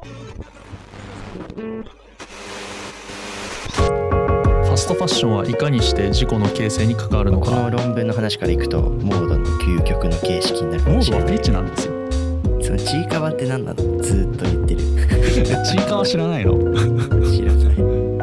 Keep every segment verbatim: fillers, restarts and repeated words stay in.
ファストファッションはいかにして自己の形成に関わるのか。 この論文の話からいくとモードの究極の形式になるかモもしれない。 ードはフェチなんですよ。 そのちいかわって何なの？ずーっと言ってる。 ちいかわ知らないの？ 知らない。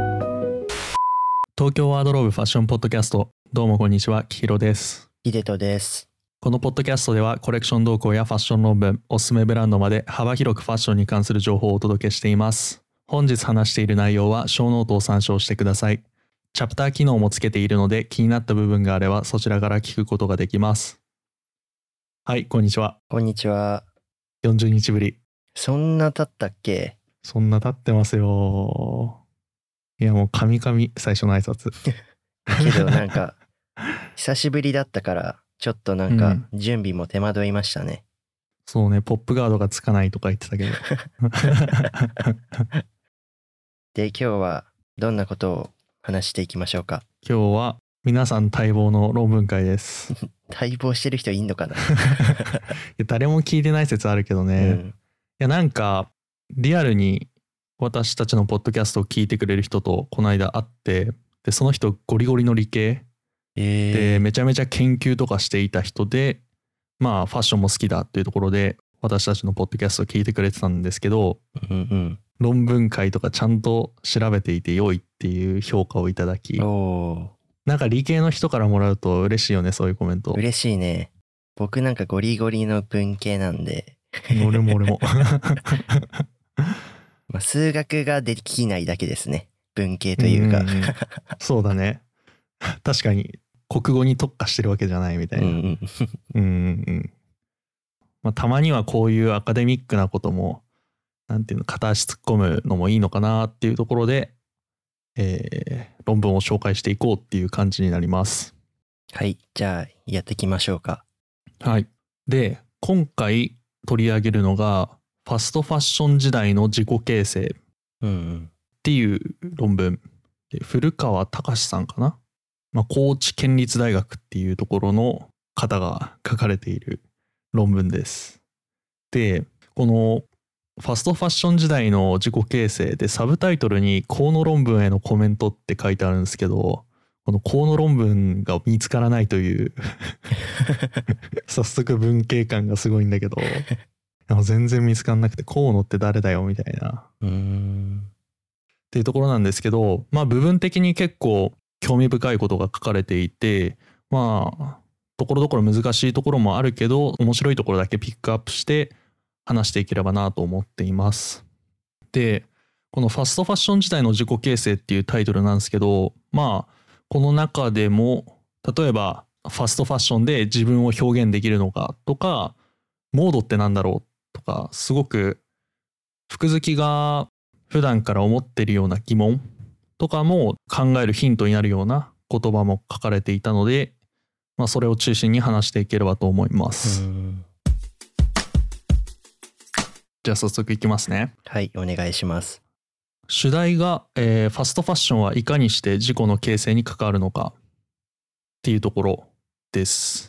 東京ワードローブファッションポッドキャスト、どうもこんにちは、きひろです。 ヒデトです。 このポッドキャストではコレクション動向やファッション論文、おすすめブランドまで幅広くファッションに関する情報をお届けしています。本日話している内容は小ノートを参照してください。チャプター機能もつけているので気になった部分があればそちらから聞くことができます。はい、こんにちは。 こんにちは。 よんじゅうにちぶり。 そんな経ったっけ？ そんな経ってますよ。いやもう神々最初の挨拶。 けどなんか久しぶりだったからちょっとなんか準備も手間取りましたね。 そうね、ポップガードがつかないとか言ってたけど。 で、今日はどんなことを話していきましょうか。 今日は皆さん待望の論文会です。 待望してる人いんのかな？ いや誰も聞いてない説あるけどね、 うん、 いやなんかリアルに私たちのポッドキャストを聞いてくれる人とこの間会って、でその人ゴリゴリの理系えー、 でめちゃめちゃ研究とかしていた人で、まあファッションも好きだっていうところで私たちのポッドキャストを聞いてくれてたんですけど、 うんうん、 論文会とかちゃんと調べていて良いっていう評価をいただき、 おなんか理系の人からもらうと嬉しいよね、そういうコメント。 嬉しいね。僕なんかゴリゴリの文系なんで俺も俺もまあ数学ができないだけですね、文系というか。 うんうんうん、そうだね。確かに国語に特化してるわけじゃないみたいな。うんうんうん。まあたまにはこういうアカデミックなこともなんていうの片足突っ込むのもいいのかなっていうところで、えー、論文を紹介していこうっていう感じになります。 はい、じゃあやっていきましょうか。 はい。で今回取り上げるのがファストファッション時代の自己形成っていう論文、うんうん、で古川隆さんかな、まあ、高知県立大学っていうところの方が書かれている論文です。でこのファストファッション時代の自己形成でサブタイトルに河野論文へのコメントって書いてあるんですけど、この河野論文が見つからないという早速文系感がすごいんだけど全然見つからなくて、河野って誰だよみたいなうーんっていうところなんですけど、まあ部分的に結構興味深いことが書かれていて、まあところどころ難しいところもあるけど面白いところだけピックアップして話していければなと思っています。でこのファストファッション時代の自己形成っていうタイトルなんですけど、まあこの中でも例えばファストファッションで自分を表現できるのかとか、モードってなんだろうとか、すごく服好きが普段から思ってるような疑問とかも考えるヒントになるような言葉も書かれていたので、まあ、それを中心に話していければと思います。じゃあ早速いきますね。 はい、お願いします。 主題が、えー、ファストファッションはいかにして自己の形成に関わるのかっていうところです。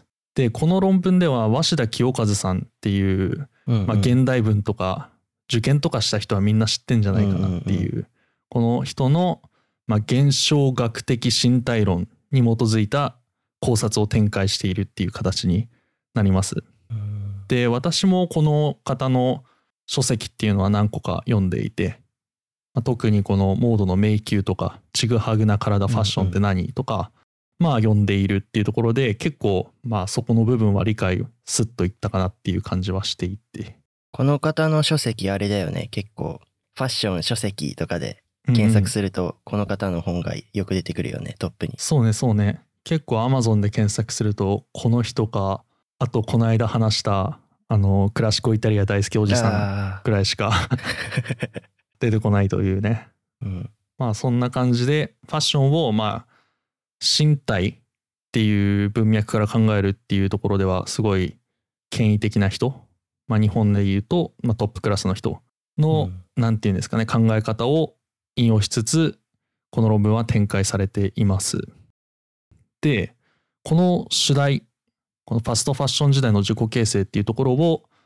でこの論文では鷲田清和さんっていう、うんうん、まあ、現代文とか受験とかした人はみんな知ってんじゃないかなっていう、うんうんうん、この人の、まあ、現象学的身体論に基づいた考察を展開しているっていう形になります。で私もこの方の書籍っていうのは何個か読んでいて、まあ、特にこのモードの迷宮とかちぐはぐな体ファッションって何、うんうん、とかまあ読んでいるっていうところで結構まあそこの部分は理解スッといったかなっていう感じはしていて、 この方の書籍あれだよね、結構ファッション書籍とかで検索するとこの方の本がよく出てくるよね、うん、トップに。 そうねそうね、結構 Amazon で検索するとこの人か、あとこの間話したあのクラシコイタリア大好きおじさんくらいしか出てこないというね、うん、まあそんな感じでファッションをまあ身体っていう文脈から考えるっていうところではすごい権威的な人、まあ、日本でいうと、まあ、トップクラスの人の、うん、なんていうんですかね、考え方を引用しつつこの論文は展開されています。でこの主題、このファストファッション時代の自己形成っていうところを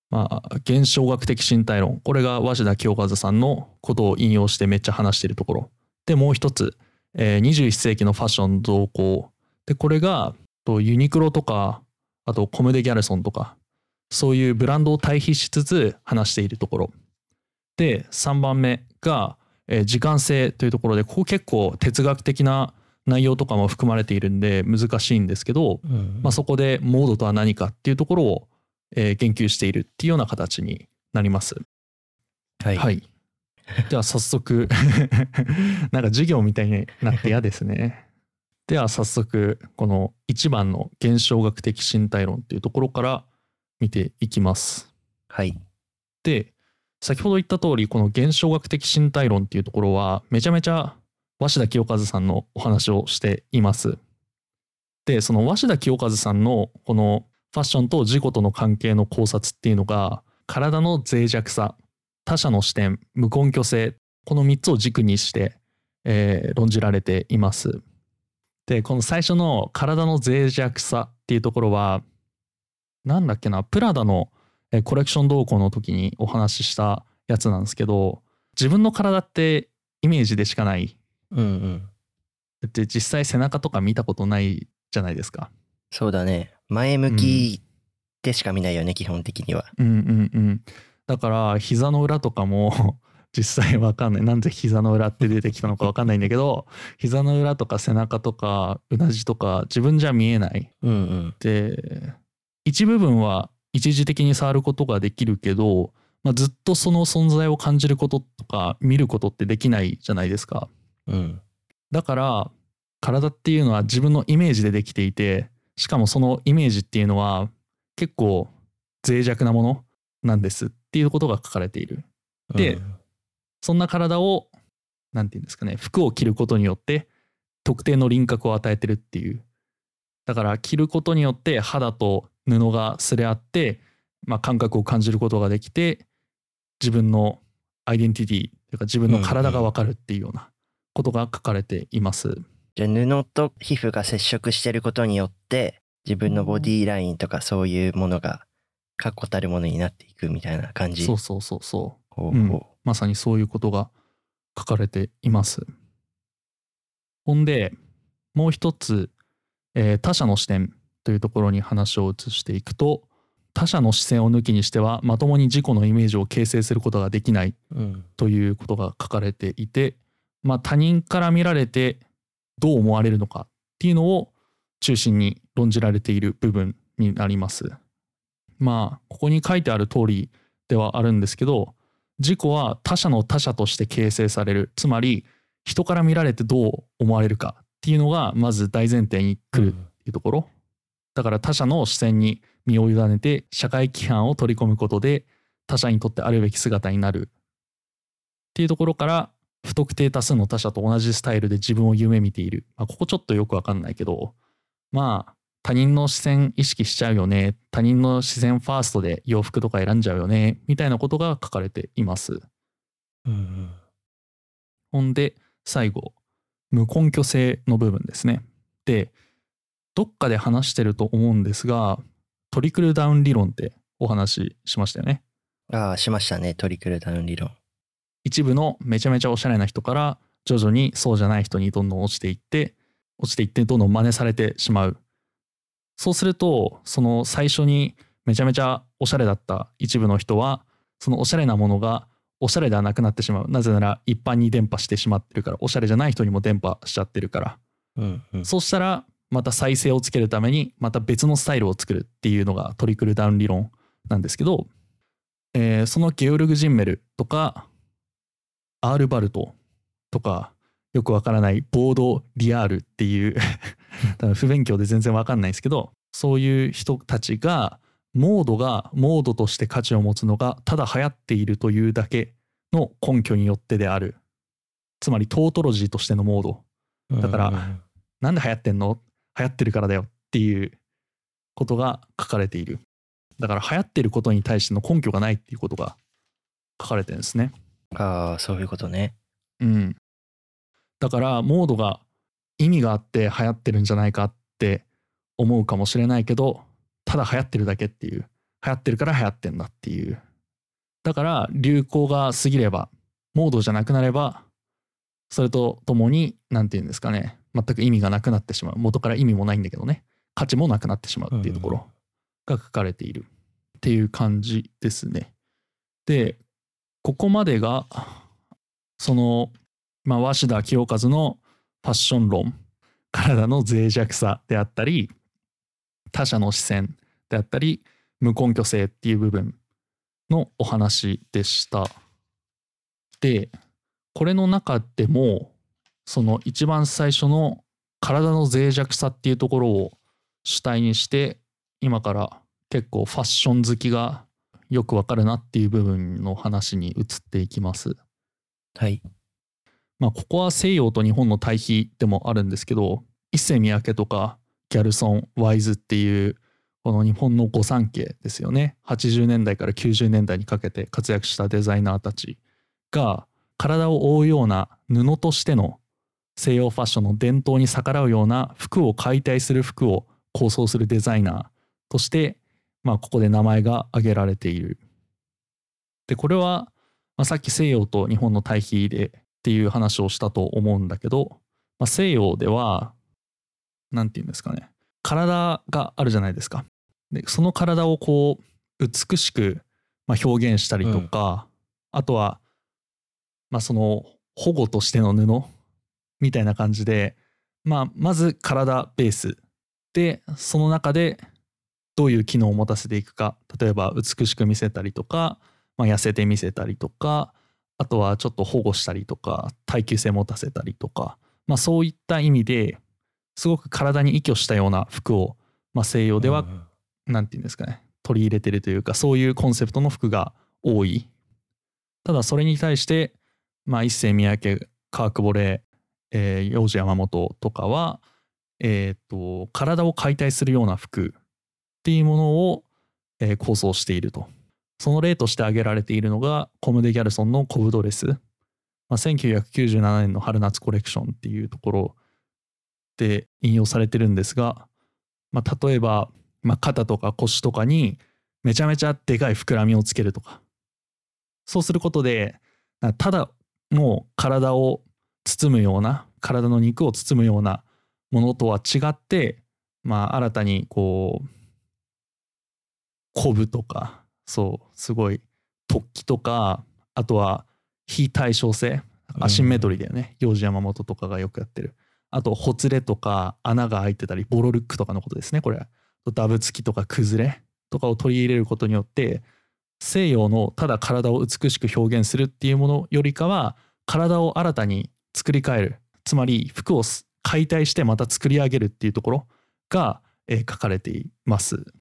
まあ現象学的身体論、これが鷲田清和さんのことを引用してめっちゃ話しているところで、もう一つ、えー、にじゅういっ世紀のファッション動向で、これがユニクロとかあとコムデ・ギャルソンとかそういうブランドを対比しつつ話しているところで、さんばんめが、えー、時間性というところで、ここ結構哲学的な内容とかも含まれているんで難しいんですけど、うん、まあ、そこでモードとは何かっていうところを、えー、言及しているっていうような形になります。 はい、 はい、では早速なんか授業みたいになって嫌ですね。では早速このいちばんの現象学的身体論っていうところから見ていきます。 はい。 で、先ほど言った通りこの現象学的身体論っていうところはめちゃめちゃ鷲田清和さんのお話をしています。で、その鷲田清和さんのこのファッションと自己との関係の考察っていうのが、体の脆弱さ、他者の視点、無根拠性、このみっつを軸にして、えー、論じられています。で、この最初の体の脆弱さっていうところは、なんだっけな、プラダのコレクション動向の時にお話ししたやつなんですけど、自分の体ってイメージでしかない。 うんうん。 だって実際背中とか見たことないじゃないですか。 そうだね。前向きでしか見ないよね、うん、基本的には。 うんうんうん。だから膝の裏とかも実際わかんない。なんで膝の裏って出てきたのかわかんないんだけど、膝の裏とか背中とかうなじとか自分じゃ見えない。 うんうん、 で、一部分は一時的に触ることができるけど、まあ、ずっとその存在を感じることとか見ることってできないじゃないですか。 うん。 だから体っていうのは自分のイメージでできていて、しかもそのイメージっていうのは結構脆弱なものなんですっていうことが書かれている。で、うん、そんな体をなんていうんですかね、服を着ることによって特定の輪郭を与えてるっていう。だから着ることによって肌と布が擦れ合って、まあ、感覚を感じることができて、自分のアイデンティティというか自分の体が分かるっていうようなことが書かれています。うんうん、 じゃあ布と皮膚が接触してることによって自分のボディーラインとかそういうものが確固たるものになっていくみたいな感じ。 そうそうそうそう。 ほうほう、うん、 まさにそういうことが書かれています。ほんでもう一つ、えー、他者の視点というところに話を移していくと、他者の視線を抜きにしてはまともに自己のイメージを形成することができないということが書かれていて、まあ、他人から見られてどう思われるのかっていうのを中心に論じられている部分になります。まあここに書いてある通りではあるんですけど、自己は他者の他者として形成される、つまり人から見られてどう思われるかっていうのがまず大前提に来るっていうところ、うん、だから他者の視線に身を委ねて社会規範を取り込むことで他者にとってあるべき姿になるっていうところから、不特定多数の他者と同じスタイルで自分を夢見ている、まあ、ここちょっとよくわかんないけど、まあ他人の視線意識しちゃうよね、他人の視線ファーストで洋服とか選んじゃうよねみたいなことが書かれています。 うんうん、 ほんで最後、無根拠性の部分ですね。で、どっかで話してると思うんですが、トリクルダウン理論ってお話ししましたよね。 ああ、しましたね、トリクルダウン理論。 一部のめちゃめちゃおしゃれな人から徐々にそうじゃない人にどんどん落ちていって落ちていってどんどん真似されてしまう。そうするとその最初にめちゃめちゃおしゃれだった一部の人はそのおしゃれなものがおしゃれではなくなってしまう。なぜなら一般に伝播してしまってるから、おしゃれじゃない人にも伝播しちゃってるから、 うんうん、 そうしたらまた再生をつけるためにまた別のスタイルを作るっていうのがトリクルダウン理論なんですけど、えー、そのゲオルグ・ジンメルとかアール・バルトとかよくわからないボード・リアールっていう不勉強で全然わかんないですけど、そういう人たちがモードがモードとして価値を持つのがただ流行っているというだけの根拠によってである。つまりトートロジーとしてのモードだから、うんうん、なんで流行ってんの？流行ってるからだよっていうことが書かれている。だから流行ってることに対しての根拠がないっていうことが書かれてるんですね。 ああ、そういうことね。 うん。だからモードが意味があって流行ってるんじゃないかって思うかもしれないけど、ただ流行ってるだけっていう、 流行ってるから流行ってんだっていう。だから流行が過ぎれば、モードじゃなくなれば、それとともに何て言うんですかね、全く意味がなくなってしまう。元から意味もないんだけどね、価値もなくなってしまうっていうところが書かれているっていう感じですね。で、ここまでがその、まあ、鷲田清和のファッション論、体の脆弱さであったり、他者の視線であったり、無根拠性っていう部分のお話でした。で、これの中でもその一番最初の体の脆弱さっていうところを主体にして、今から結構ファッション好きがよくわかるなっていう部分の話に移っていきます。 はい。 まあここは西洋と日本の対比でもあるんですけど、一世三宅とかギャルソン、ワイズっていうこの日本の御三家ですよね。はちじゅうねんだいからきゅうじゅうねんだいにかけて活躍したデザイナーたちが、体を覆うような布としての西洋ファッションの伝統に逆らうような服を解体する服を構想するデザイナーとして、まあここで名前が挙げられている。で、これは、まあ、さっき西洋と日本の対比でっていう話をしたと思うんだけど、まあ、西洋ではなんていうんですかね、体があるじゃないですか。で、その体をこう美しくまあ表現したりとか、うん、あとはまあその保護としての布みたいな感じで、まあまず体ベースで、その中でどういう機能を持たせていくか、例えば美しく見せたりとか、まあ、痩せて見せたりとか、あとはちょっと保護したりとか、耐久性持たせたりとか、まあそういった意味ですごく体に依拠したような服を、まあ、西洋ではなんていうんですかね、取り入れてるというか、そういうコンセプトの服が多い。ただそれに対して、まあ、一世三宅、川久保玲、えー、幼児山本とかは、えー、と体を解体するような服っていうものを、えー、構想していると。その例として挙げられているのがコム・デ・ギャルソンのコブドレス、まあ、せんきゅうひゃくきゅうじゅうななねんの春夏コレクションっていうところで引用されてるんですが、まあ、例えば、まあ、肩とか腰とかにめちゃめちゃでかい膨らみをつけるとか、そうすることでただもう体を包むような、体の肉を包むようなものとは違って、まあ新たにこうコブとか、そうすごい突起とか、あとは非対称性、アシンメトリーだよね、幼児山本とかがよくやってる。あとほつれとか穴が開いてたりボロルックとかのことですね。これダブつきとか崩れとかを取り入れることによって、西洋のただ体を美しく表現するっていうものよりかは、体を新たに作り変える、つまり服を解体してまた作り上げるっていうところが、えー、書かれています。 うん、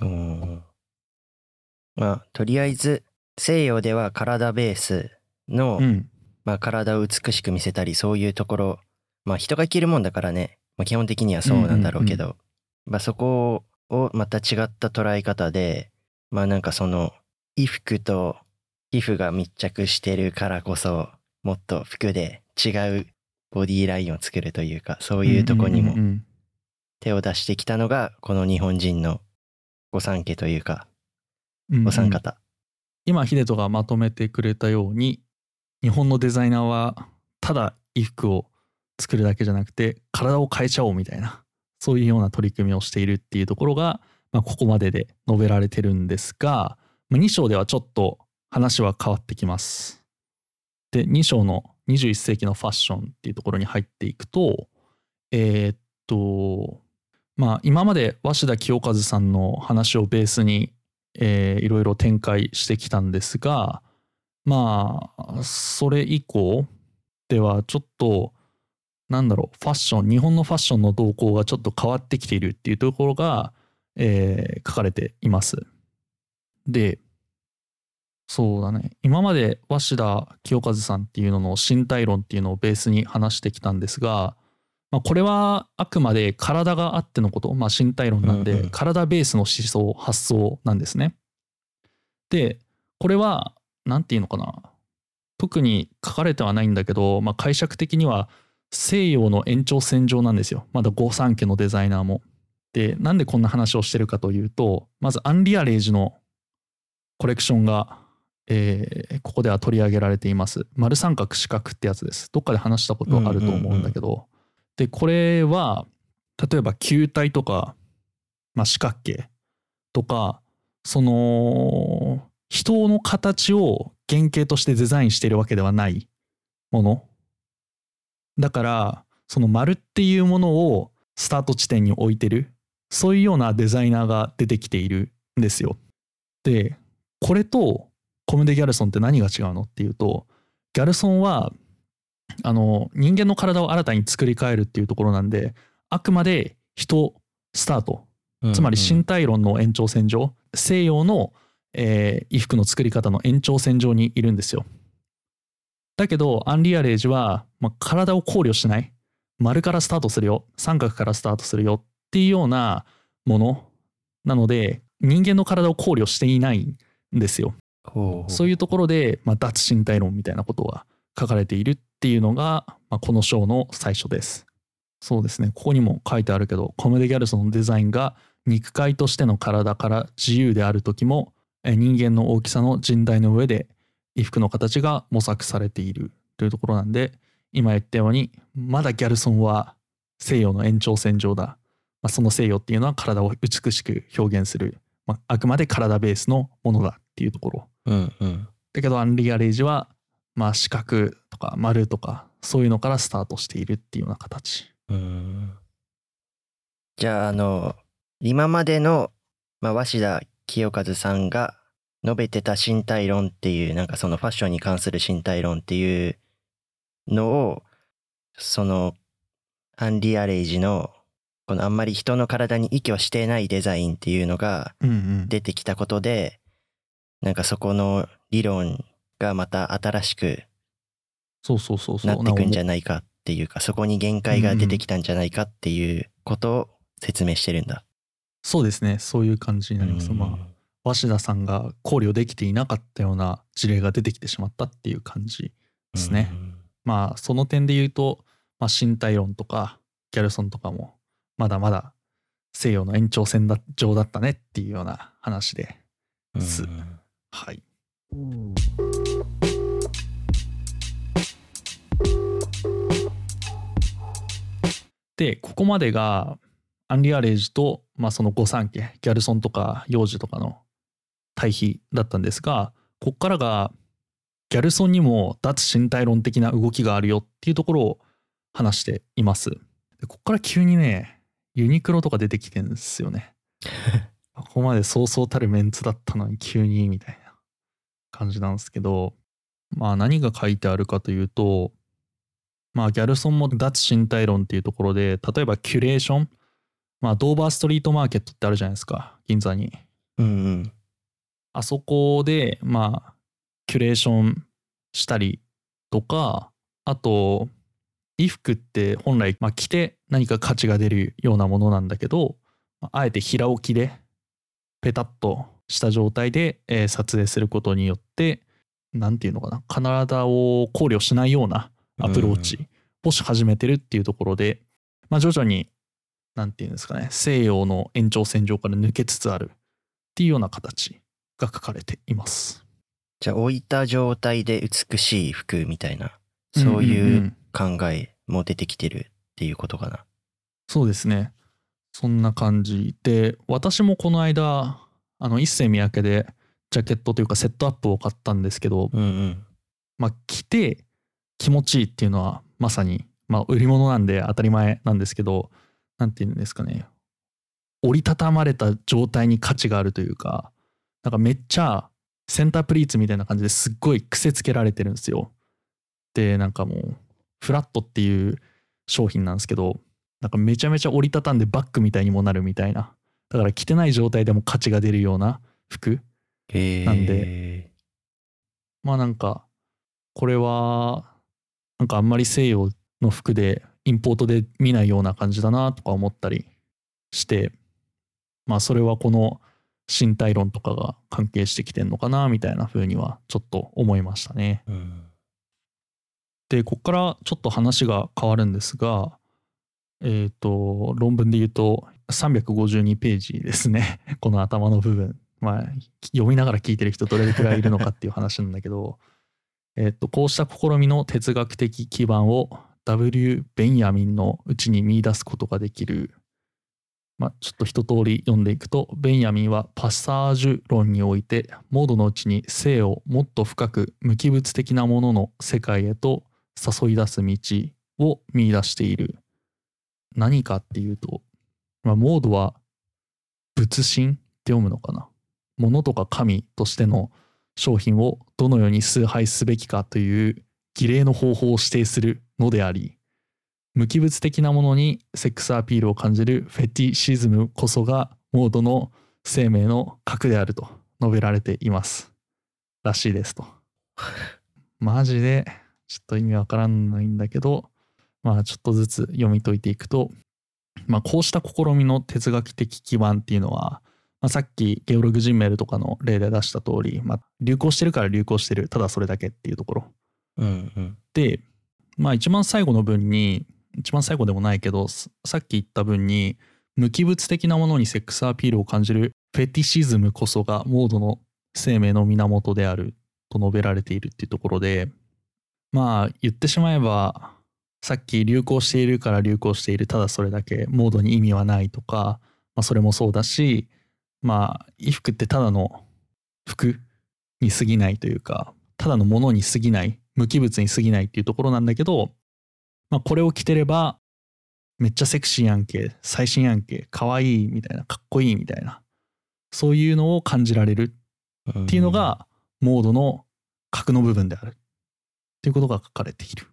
まあとりあえず西洋では体ベースの、うんまあ、体を美しく見せたり、そういうところ、まあ人が着るもんだからね、まあ、基本的にはそうなんだろうけど、うんうんうん、まあ、そこをまた違った捉え方で、まあなんかその衣服と皮膚が密着してるからこそ、もっと服で違うボディーラインを作るというか、そういうとこにも手を出してきたのがこの日本人の御三家というか、お三方、うんうん、 今ヒデトがまとめてくれたように、日本のデザイナーはただ衣服を作るだけじゃなくて体を変えちゃおうみたいな、そういうような取り組みをしているっていうところが、まあ、ここまでで述べられてるんですが、に章ではちょっと話は変わってきます。で、に章のにじゅういっ世紀のファッションっていうところに入っていくと、えー、っとまあ今まで鷲田清和さんの話をベースに、えー、いろいろ展開してきたんですが、まあそれ以降ではちょっとなんだろう、ファッション、日本のファッションの動向がちょっと変わってきているっていうところが、えー、書かれています。で、そうだね、今まで鷲田清和さんっていうのの身体論っていうのをベースに話してきたんですが、まあ、これはあくまで体があってのこと、まあ、身体論なんで、うんうん、体ベースの思想発想なんですね。でこれはなんていうのかな、特に書かれてはないんだけど、まあ、解釈的には西洋の延長線上なんですよ。まだ御三家のデザイナーも。でなんでこんな話をしてるかというと、まずアンリアレージのコレクションが、えーここでは取り上げられています。丸三角四角ってやつです。どっかで話したことあると思うんだけど、うんうんうん、でこれは例えば球体とか、まあ、四角形とか、その人の形を原型としてデザインしているわけではないものだから、その丸っていうものをスタート地点に置いてる、そういうようなデザイナーが出てきているんですよ。でこれとコム・デ・ギャルソンって何が違うのっていうと、ギャルソンはあの人間の体を新たに作り変えるっていうところなんで、あくまで人スタート、つまり身体論の延長線上、うんうん、西洋の、えー、衣服の作り方の延長線上にいるんですよ。だけどアンリ・アレージは、まあ、体を考慮しない、丸からスタートするよ、三角からスタートするよっていうようなものなので、人間の体を考慮していないんですよ。 ほう。 そういうところで、まあ、脱身体論みたいなことが書かれているっていうのが、まあ、この章の最初です。そうですね、ここにも書いてあるけど、コム・デ・ギャルソンのデザインが肉塊としての体から自由である時も、人間の大きさの人体の上で衣服の形が模索されているというところなんで、今言ったようにまだギャルソンは西洋の延長線上だ、まあ、その西洋っていうのは体を美しく表現する、まあ、あくまで体ベースのものだっていうところ、 うんうん、 だけどアンリ・アレージはまあ四角とか丸とかそういうのからスタートしているっていうような形。 うん。じゃああの今までの、まあ、鷲田清和さんが述べてた身体論っていう、なんかそのファッションに関する身体論っていうのを、そのアンリ・アレイジのこのあんまり人の体に依拠していないデザインっていうのが出てきたことで、なんかそこの理論がまた新しくなってくんじゃないかっていうか、そこに限界が出てきたんじゃないかっていうことを説明してるんだ。 そうですね、そういう感じになります。まあ鷲田さんが考慮できていなかったような事例が出てきてしまったっていう感じですね。まあその点で言うと、まあ、身体論とかギャルソンとかもまだまだ西洋の延長線上だったねっていうような話です。はい。でここまでがアンリ・アレージと、まあ、その御三家ギャルソンとか幼児とかの対比だったんですが、ここからがギャルソンにも脱身体論的な動きがあるよっていうところを話しています。でここから急にねユニクロとか出てきてるんですよね。ここまでそうそうたるメンツだったのに急にみたいな感じなんですけど、まあ何が書いてあるかというと、まあギャルソンも脱身体論っていうところで、例えばキュレーション、まあドーバーストリートマーケットってあるじゃないですか、銀座に。 うんうん。 あそこでまあキュレーションしたりとか、あと衣服って本来、まあ、着て何か価値が出るようなものなんだけど、あえて平置きでペタッとした状態で、えー、撮影することによって、なんていうのかな、体を考慮しないようなアプローチをし始めてるっていうところで、まあ、徐々になんていうんですかね、西洋の延長線上から抜けつつあるっていうような形が書かれています。 じゃあ置いた状態で美しい服みたいな、そういう考えも出てきてるっていうことかな。 そうですね、そんな感じで、私もこの間あの一世三宅でジャケットというかセットアップを買ったんですけど、 うんうん、 まあ着て気持ちいいっていうのはまさに、まあ売り物なんで当たり前なんですけど、なんていうんですかね、折りたたまれた状態に価値があるというか、なんかめっちゃセンタープリーツみたいな感じですっごい癖つけられてるんですよ。でなんかもうフラットっていう商品なんですけど、なんかめちゃめちゃ折りたたんでバッグみたいにもなるみたいな、だから着てない状態でも価値が出るような服なんで、まあなんかこれはなんかあんまり西洋の服でインポートで見ないような感じだなとか思ったりして、まあそれはこの身体論とかが関係してきてんのかなみたいな風にはちょっと思いましたね。 うん、 でここからちょっと話が変わるんですが、えっと論文で言うとさんびゃくごじゅうにページですねこの頭の部分まあ読みながら聞いてる人どれくらいいるのかっていう話なんだけどえっとこうした試みの哲学的基盤を ダブリュー ベンヤミンのうちに見出すことができる。まあ、ちょっと一通り読んでいくと、ベンヤミンはパッサージュ論においてモードのうちに生をもっと深く無機物的なものの世界へと誘い出す道を見出している。何かっていうと、まあ、モードは仏心って読むのかな。物とか神としての商品をどのように崇拝すべきかという儀礼の方法を指定するのであり、無機物的なものにセックスアピールを感じるフェティシズムこそがモードの生命の核であると述べられていますらしいですと。マジでちょっと意味わからないんだけど、まあちょっとずつ読み解いていくと、まあこうした試みの哲学的基盤っていうのは、まあ、さっきゲオルグ・ジンメルとかの例で出した通り、まあ、流行してるから流行してる、ただそれだけっていうところ、 うんうん、 で、まあ一番最後の文に一番最後でもないけど、さっき言った文に無機物的なものにセックスアピールを感じるフェティシズムこそがモードの生命の源であると述べられているっていうところで、まあ言ってしまえばさっき流行しているから流行している、ただそれだけ、モードに意味はないとか、まあ、それもそうだし、まあ衣服ってただの服に過ぎないというか、ただのものに過ぎない、無機物に過ぎないっていうところなんだけど、まあ、これを着てればめっちゃセクシーやんけ、最新やんけ、かわいいみたいな、かっこいいみたいな、そういうのを感じられるっていうのがモードの核の部分であるっていうことが書かれている。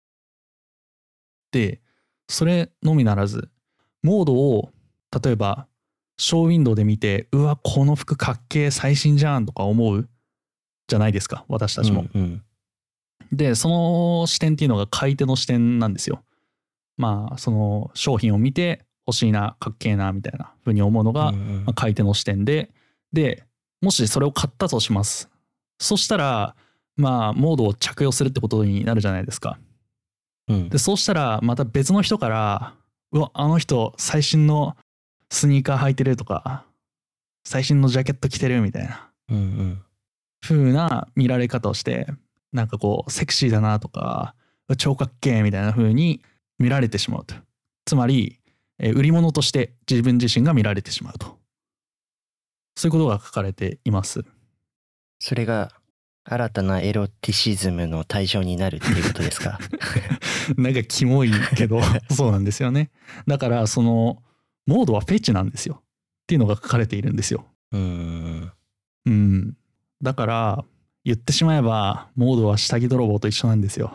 で、それのみならず、モードを例えばショーウィンドウで見て、うわこの服かっけー最新じゃんとか思うじゃないですか、私たちも。 うんうん、 でその視点っていうのが買い手の視点なんですよ。まあその商品を見て欲しいな、かっけーなみたいな風に思うのが、 うんうん、 まあ、買い手の視点で、でもしそれを買ったとします。そしたらまあモードを着用するってことになるじゃないですか。 うん、 でそうしたらまた別の人から「うわあの人最新のスニーカー履いてる」とか「最新のジャケット着てる」みたいな、 うんうん、 風な見られ方をして、なんかこうセクシーだなとか超かっけーみたいな風に見られてしまうと。つまり売り物として自分自身が見られてしまうと、そういうことが書かれています。 それが新たなエロティシズムの対象になるっていうことですか？ なんかキモいけどそうなんですよね。だからそのモードはフェチなんですよっていうのが書かれているんですよ。 うーん、 うん。だから言ってしまえばモードは下着泥棒と一緒なんですよ。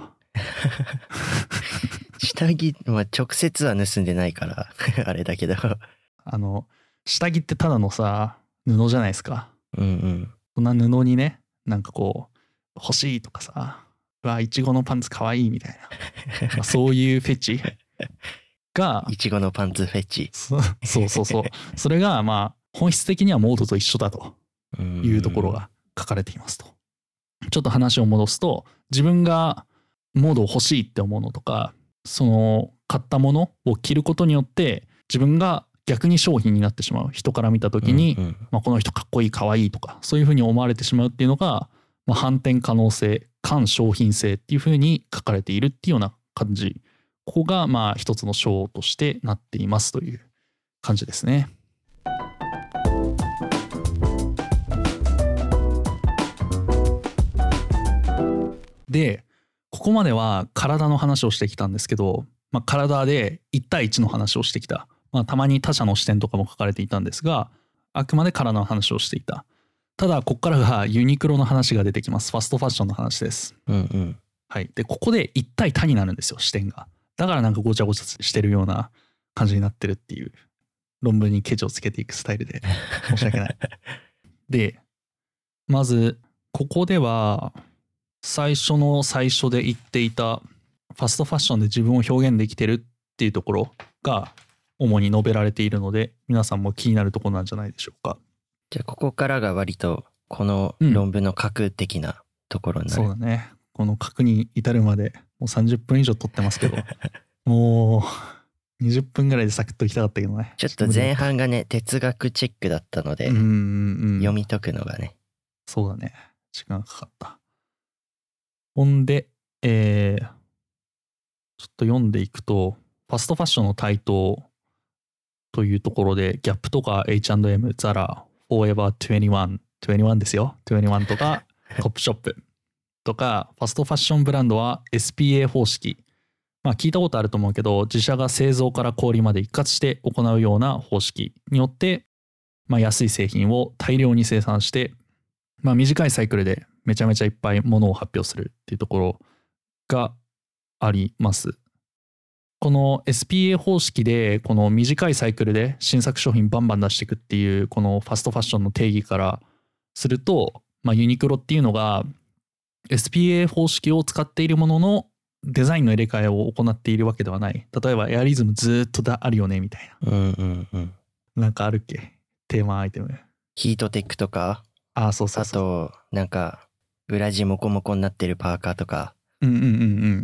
下着は直接は盗んでないからあれだけど、 あの下着ってただのさ布じゃないですか。 うんうん、 そんな布にね、なんかこう欲しいとかさ、うわいちごのパンツかわいいみたいな、まあ、そういうフェチがいちごのパンツフェチ、 そそうそうそうそれがまあ本質的にはモードと一緒だというところが書かれていますと。ちょっと話を戻すと、自分がモードを欲しいって思うのとか、その買ったものを着ることによって自分が逆に商品になってしまう、人から見た時に、 うんうん、 まあ、この人かっこいいかわいいとかそういうふうに思われてしまうっていうのが、まあ、反転可能性、反商品性っていうふうに書かれているっていうような感じ。ここがまあ一つの章としてなっていますという感じですね。でここまでは体の話をしてきたんですけど、まあ、体でいち対いちの話をしてきた、まあ、たまに他者の視点とかも書かれていたんですが、あくまで体の話をしていた。ただここからがユニクロの話が出てきます。ファストファッションの話です。 うんうん、 はい。でここでいち対他になるんですよ、視点が。だからなんかごちゃごちゃしてるような感じになってるっていう、論文にケチをつけていくスタイルで申し訳ない。でまずここでは最初の最初で言っていたファストファッションで自分を表現できてるっていうところが主に述べられているので、皆さんも気になるところなんじゃないでしょうか。 じゃあここからが割とこの論文の核的なところになる、 うん、そうだね。この核に至るまでもうさんじゅっぷん以上取ってますけどもうにじゅっぷんぐらいでサクッといきたかったけどね。 ちょっと前半がね哲学チックだったので、 うんうんうん、 読み解くのがね。 そうだね、時間かかった。ほんで、えー、ちょっと読んでいくと、ファストファッションの台頭というところで、ギャップとか エイチアンドエム、ザラ、フォーエバーにじゅういち、にじゅういちですよ。にじゅういちとか、トップショップとか、ファストファッションブランドは エスピーエー 方式。まあ聞いたことあると思うけど、自社が製造から小売まで一括して行うような方式によって、まあ安い製品を大量に生産して、まあ短いサイクルでめちゃめちゃいっぱいものを発表するっていうところがあります。この エスピーエー 方式でこの短いサイクルで新作商品バンバン出していくっていうこのファストファッションの定義からすると、まあユニクロっていうのが エスピーエー 方式を使っているもののデザインの入れ替えを行っているわけではない。例えばエアリズムずっとだあるよねみたいな。うんうんうん。 なんかあるっけテーマアイテム。 ヒートテックとか。 ああそうそうそう。 あとなんか裏地モコモコになってるパーカーとか。 うんうんうんうん。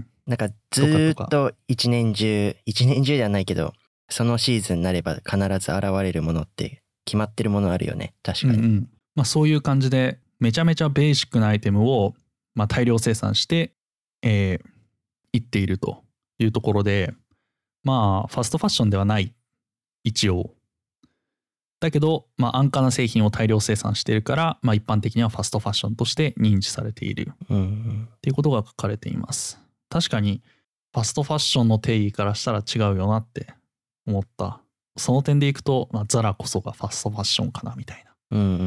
なんかずっと一年中一年中ではないけどそのシーズンになれば必ず現れるものって決まってるものあるよね。確かに。うんうん、 まあそういう感じでめちゃめちゃベーシックなアイテムをまあ大量生産して、えー、いっているというところで、まあファストファッションではない一応だけど、まあ安価な製品を大量生産しているから、まあ一般的にはファストファッションとして認知されているっていうことが書かれています。確かにファストファッションの定義からしたら違うよなって思った。その点でいくと、まあ、ザラこそがファストファッションかなみたいな。 うんうんうん。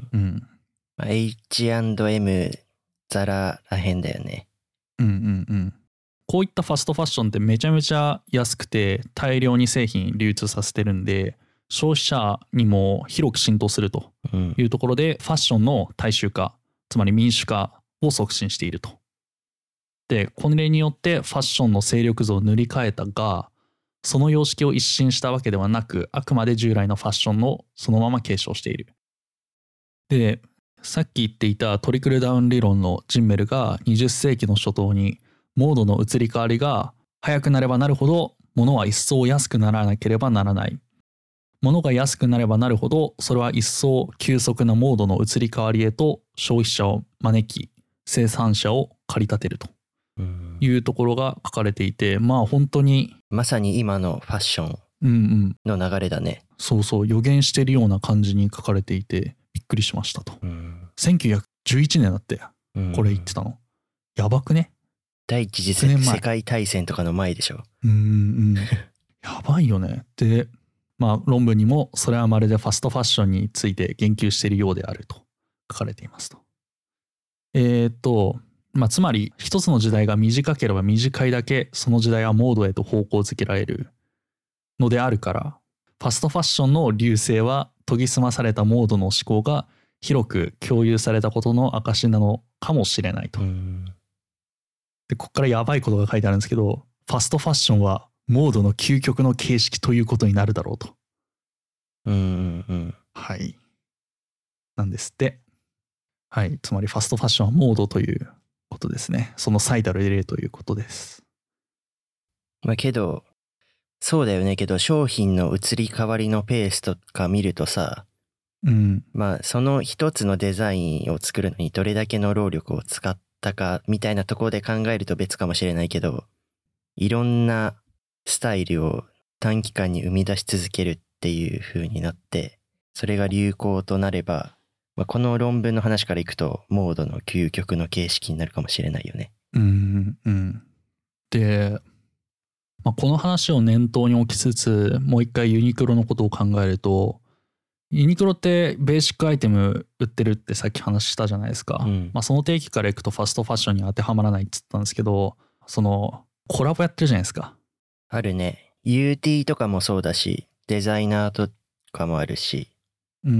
うん。まあ、エイチアンドエム ザラらへんだよね。 うんうんうん。こういったファストファッションってめちゃめちゃ安くて大量に製品流通させてるんで、消費者にも広く浸透するというところで、うん、ファッションの大衆化、つまり民主化を促進していると。で、これによってファッションの勢力図を塗り替えたが、その様式を一新したわけではなく、あくまで従来のファッションのそのまま継承している。で、さっき言っていたトリクルダウン理論のジンメルがにじゅっ世紀の初頭に、モードの移り変わりが早くなればなるほど、物は一層安くならなければならない。物が安くなればなるほど、それは一層急速なモードの移り変わりへと消費者を招き、生産者を駆り立てるというところが書かれていて、まあ本当にまさに今のファッションの流れだね。 うんうん、そうそう予言してるような感じに書かれていてびっくりしましたと。うん、せんきゅうひゃくじゅういちねんだってこれ言ってたの。やばくね。 第一次世界大戦とかの前でしょ。 うんうんやばいよね。でまあ論文にもそれはまるでファストファッションについて言及しているようであると書かれていますと。えー、っとまあつまり一つの時代が短ければ短いだけその時代はモードへと方向づけられるのであるから、ファストファッションの隆盛は研ぎ澄まされたモードの思考が広く共有されたことの証なのかもしれないと。でここからやばいことが書いてあるんですけど、ファストファッションはモードの究極の形式ということになるだろうと。 うんうんうん。 はい。なんですって。はい。つまりファストファッションはモードということですね。その最たる例ということです。 まあけど、そうだよねけど商品の移り変わりのペースとか見るとさ、 うん、 まあその一つのデザインを作るのにどれだけの労力を使ったかみたいなところで考えると別かもしれないけど、いろんなスタイルを短期間に生み出し続けるっていう風になって、それが流行となれば、まあ、この論文の話からいくとモードの究極の形式になるかもしれないよね。 うんうん。で、まあ、この話を念頭に置きつつ、もう一回ユニクロのことを考えると、ユニクロってベーシックアイテム売ってるってさっき話したじゃないですか。うん、まあその定義からいくとファストファッションに当てはまらないって言ったんですけど、そのコラボやってるじゃないですか。 あるね。ユーティー とかもそうだし、デザイナーとかもあるし。 うんうん。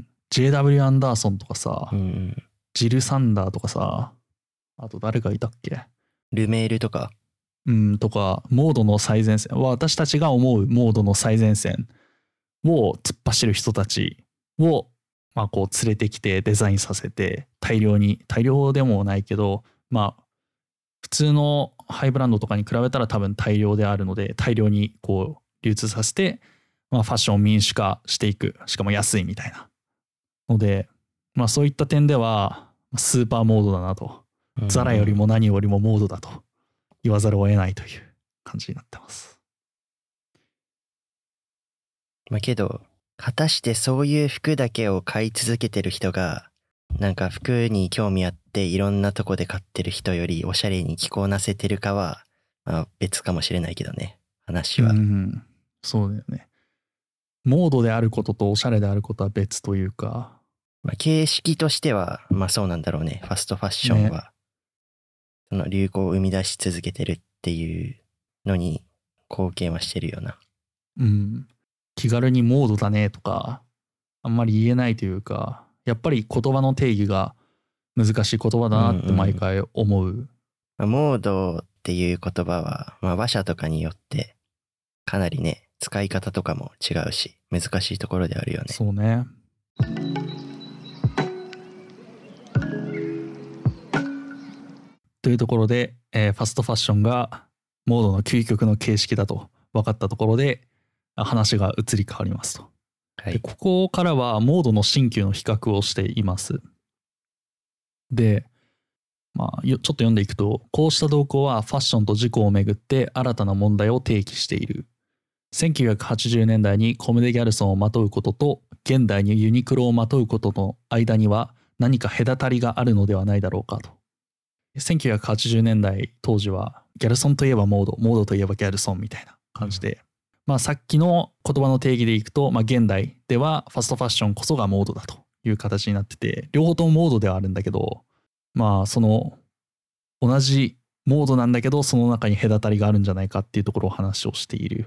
ジェイダブリュー アンダーソンとかさ、 うんうん、 ジル・サンダーとかさ、あと誰がいたっけ？ ルメールとか。 うんとか、モードの最前線、私たちが思うモードの最前線を突っ走る人たちを、まあこう連れてきてデザインさせて、大量に、大量でもないけど、まあ普通のハイブランドとかに比べたら多分大量であるので、大量にこう流通させて、まあ、ファッションを民主化していく、しかも安いみたいなので、まあ、そういった点ではスーパーモードだなと、ザラよりも何よりもモードだと言わざるを得ないという感じになってます。 まあけど果たしてそういう服だけを買い続けてる人が、なんか服に興味あっていろんなとこで買ってる人よりおしゃれに着こなせてるかは、まあ、別かもしれないけどね、話は。 うん、そうだよね。モードであることとおしゃれであることは別というか、 まあ、形式としてはまあそうなんだろうね。ファストファッションは、ね、その流行を生み出し続けてるっていうのに貢献はしてるよな。 うん。気軽にモードだねとかあんまり言えないというか、やっぱり言葉の定義が難しい言葉だなって毎回思う。うんうん、モードっていう言葉は、まあ、話者とかによってかなりね、使い方とかも違うし難しいところであるよね。 そうね。というところで、えー、ファストファッションがモードの究極の形式だと分かったところで話が移り変わりますと。はい、でここからはモードの新旧の比較をしています。で、まあ、ちょっと読んでいくと、こうした動向はファッションと自己をめぐって新たな問題を提起している。せんきゅうひゃくはちじゅうねんだいにコムデ・ギャルソンをまとうことと現代にユニクロをまとうことの間には何か隔たりがあるのではないだろうかと。せんきゅうひゃくはちじゅうねんだい当時はギャルソンといえばモード、モードといえばギャルソンみたいな感じで、うん、まあさっきの言葉の定義でいくと、まあ、現代ではファストファッションこそがモードだという形になってて、両方ともモードではあるんだけど、まあその同じモードなんだけどその中に隔たりがあるんじゃないかっていうところを話をしている。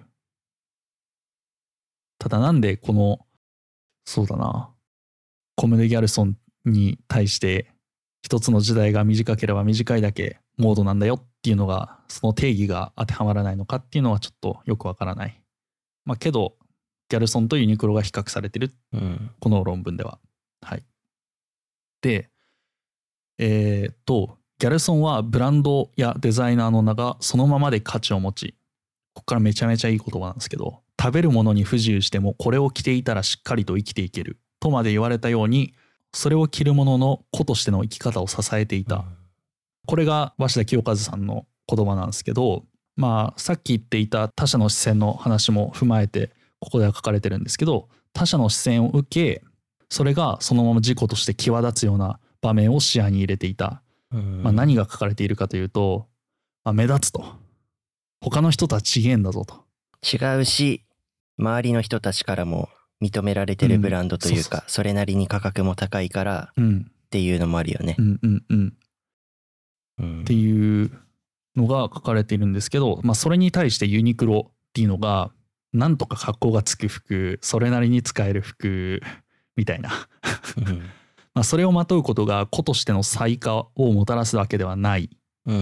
ただなんでこのそうだなコムデ・ギャルソンに対して一つの時代が短ければ短いだけモードなんだよっていうのが、その定義が当てはまらないのかっていうのはちょっとよくわからない。まあけどギャルソンとユニクロが比較されてる、うん、この論文では。はい。で、えー、っとギャルソンはブランドやデザイナーの名がそのままで価値を持ち、ここからめちゃめちゃいい言葉なんですけど、食べるものに不自由してもこれを着ていたらしっかりと生きていけるとまで言われたように、それを着る者の個としての生き方を支えていた。これが鷲田清和さんの言葉なんですけど、まあさっき言っていた他者の視線の話も踏まえてここでは書かれてるんですけど、他者の視線を受け、それがそのまま自己として際立つような場面を視野に入れていた。まあ、何が書かれているかというと、まあ、目立つと、他の人とは違えんだぞと。 違うし、周りの人たちからも認められてるブランドというか、うん、そうそうそう、それなりに価格も高いからっていうのもあるよね。 うんうんうん。うん、っていうのが書かれているんですけど、まあ、それに対してユニクロっていうのがなんとか格好がつく服、それなりに使える服みたいな、うんまあそれをまとうことが個としての才華をもたらすわけではない、うんうん、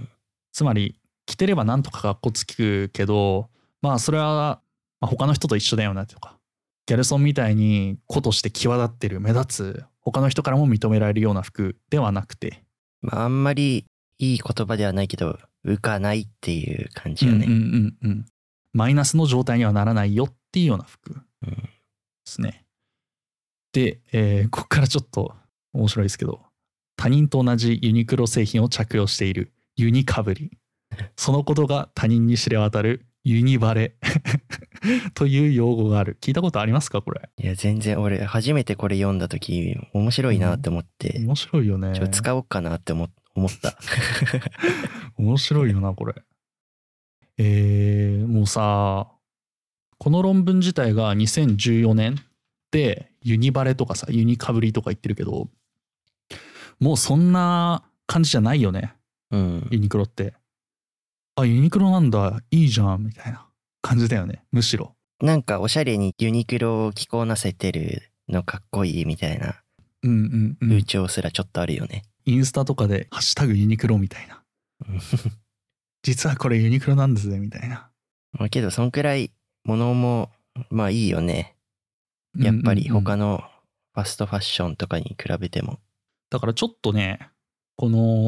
つまり着てればなんとか格好つくけど、まあそれは他の人と一緒だよなとか、ギャルソンみたいに個として際立ってる目立つ他の人からも認められるような服ではなくて、 まああんまりいい言葉ではないけど浮かないっていう感じよね。 うんうんうんうん。マイナスの状態にはならないよっていうような服ですね。うん、で、えー、ここからちょっと面白いですけど、他人と同じユニクロ製品を着用しているユニかぶり、そのことが他人に知れ渡るユニバレという用語がある。聞いたことありますかこれ？ いや全然、俺初めてこれ読んだ時面白いなって思って、 うん、面白いよね。 ちょっと使おうかなって思思った面白いよなこれ。えー、もうさ、この論文自体がにせんじゅうよねんでユニバレとかさ、ユニかぶりとか言ってるけど、もうそんな感じじゃないよね、うん、ユニクロって。あ、ユニクロなんだ、いいじゃんみたいな感じだよね。むしろなんかおしゃれにユニクロを着こなせてるのかっこいいみたいな風潮すらちょっとあるよね、 うんうんうん、インスタとかでハッシュタグユニクロみたいな実はこれユニクロなんですねみたいな。 まあけどそんくらい物もまあいいよね、やっぱり他のファストファッションとかに比べても。 だからちょっとね、この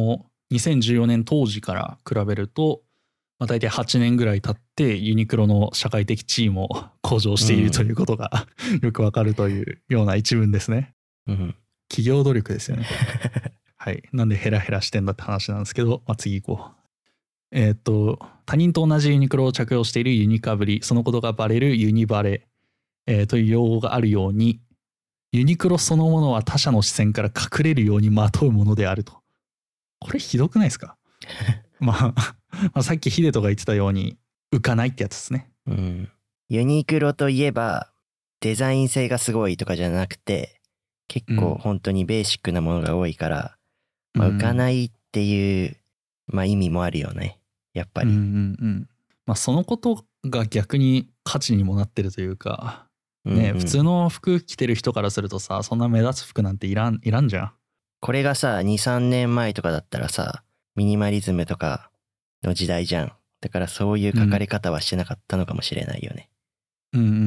にせんじゅうよねん当時から比べると、まあ、大体はちねんぐらい経ってユニクロの社会的地位も向上しているということが、うん、よくわかるというような一文ですね、 うん、 企業努力ですよねはい、なんでヘラヘラしてんだって話なんですけど、まあ、次行こう。えー、っと他人と同じユニクロを着用しているユニかぶり、そのことがバレるユニバレ、えー、という用語があるように、ユニクロそのものは他者の視線から隠れるようにまとうものであると。これひどくないですかまあ、まあさっきヒデトが言ってたように浮かないってやつですね、 うん、ユニクロといえばデザイン性がすごいとかじゃなくて、結構本当にベーシックなものが多いから、うん、まあ、浮かないっていう、まあ、意味もあるよねやっぱり、 うんうんうん、まあ、そのことが逆に価値にもなってるというかね、うんうん、普通の服着てる人からするとさ、そんな目立つ服なんていらんいらんじゃん。 これがさ にさんねんまえとかだったらさ、ミニマリズムとかの時代じゃん。だからそういう書かれ方はしてなかったのかもしれないよね。 うんうんうん、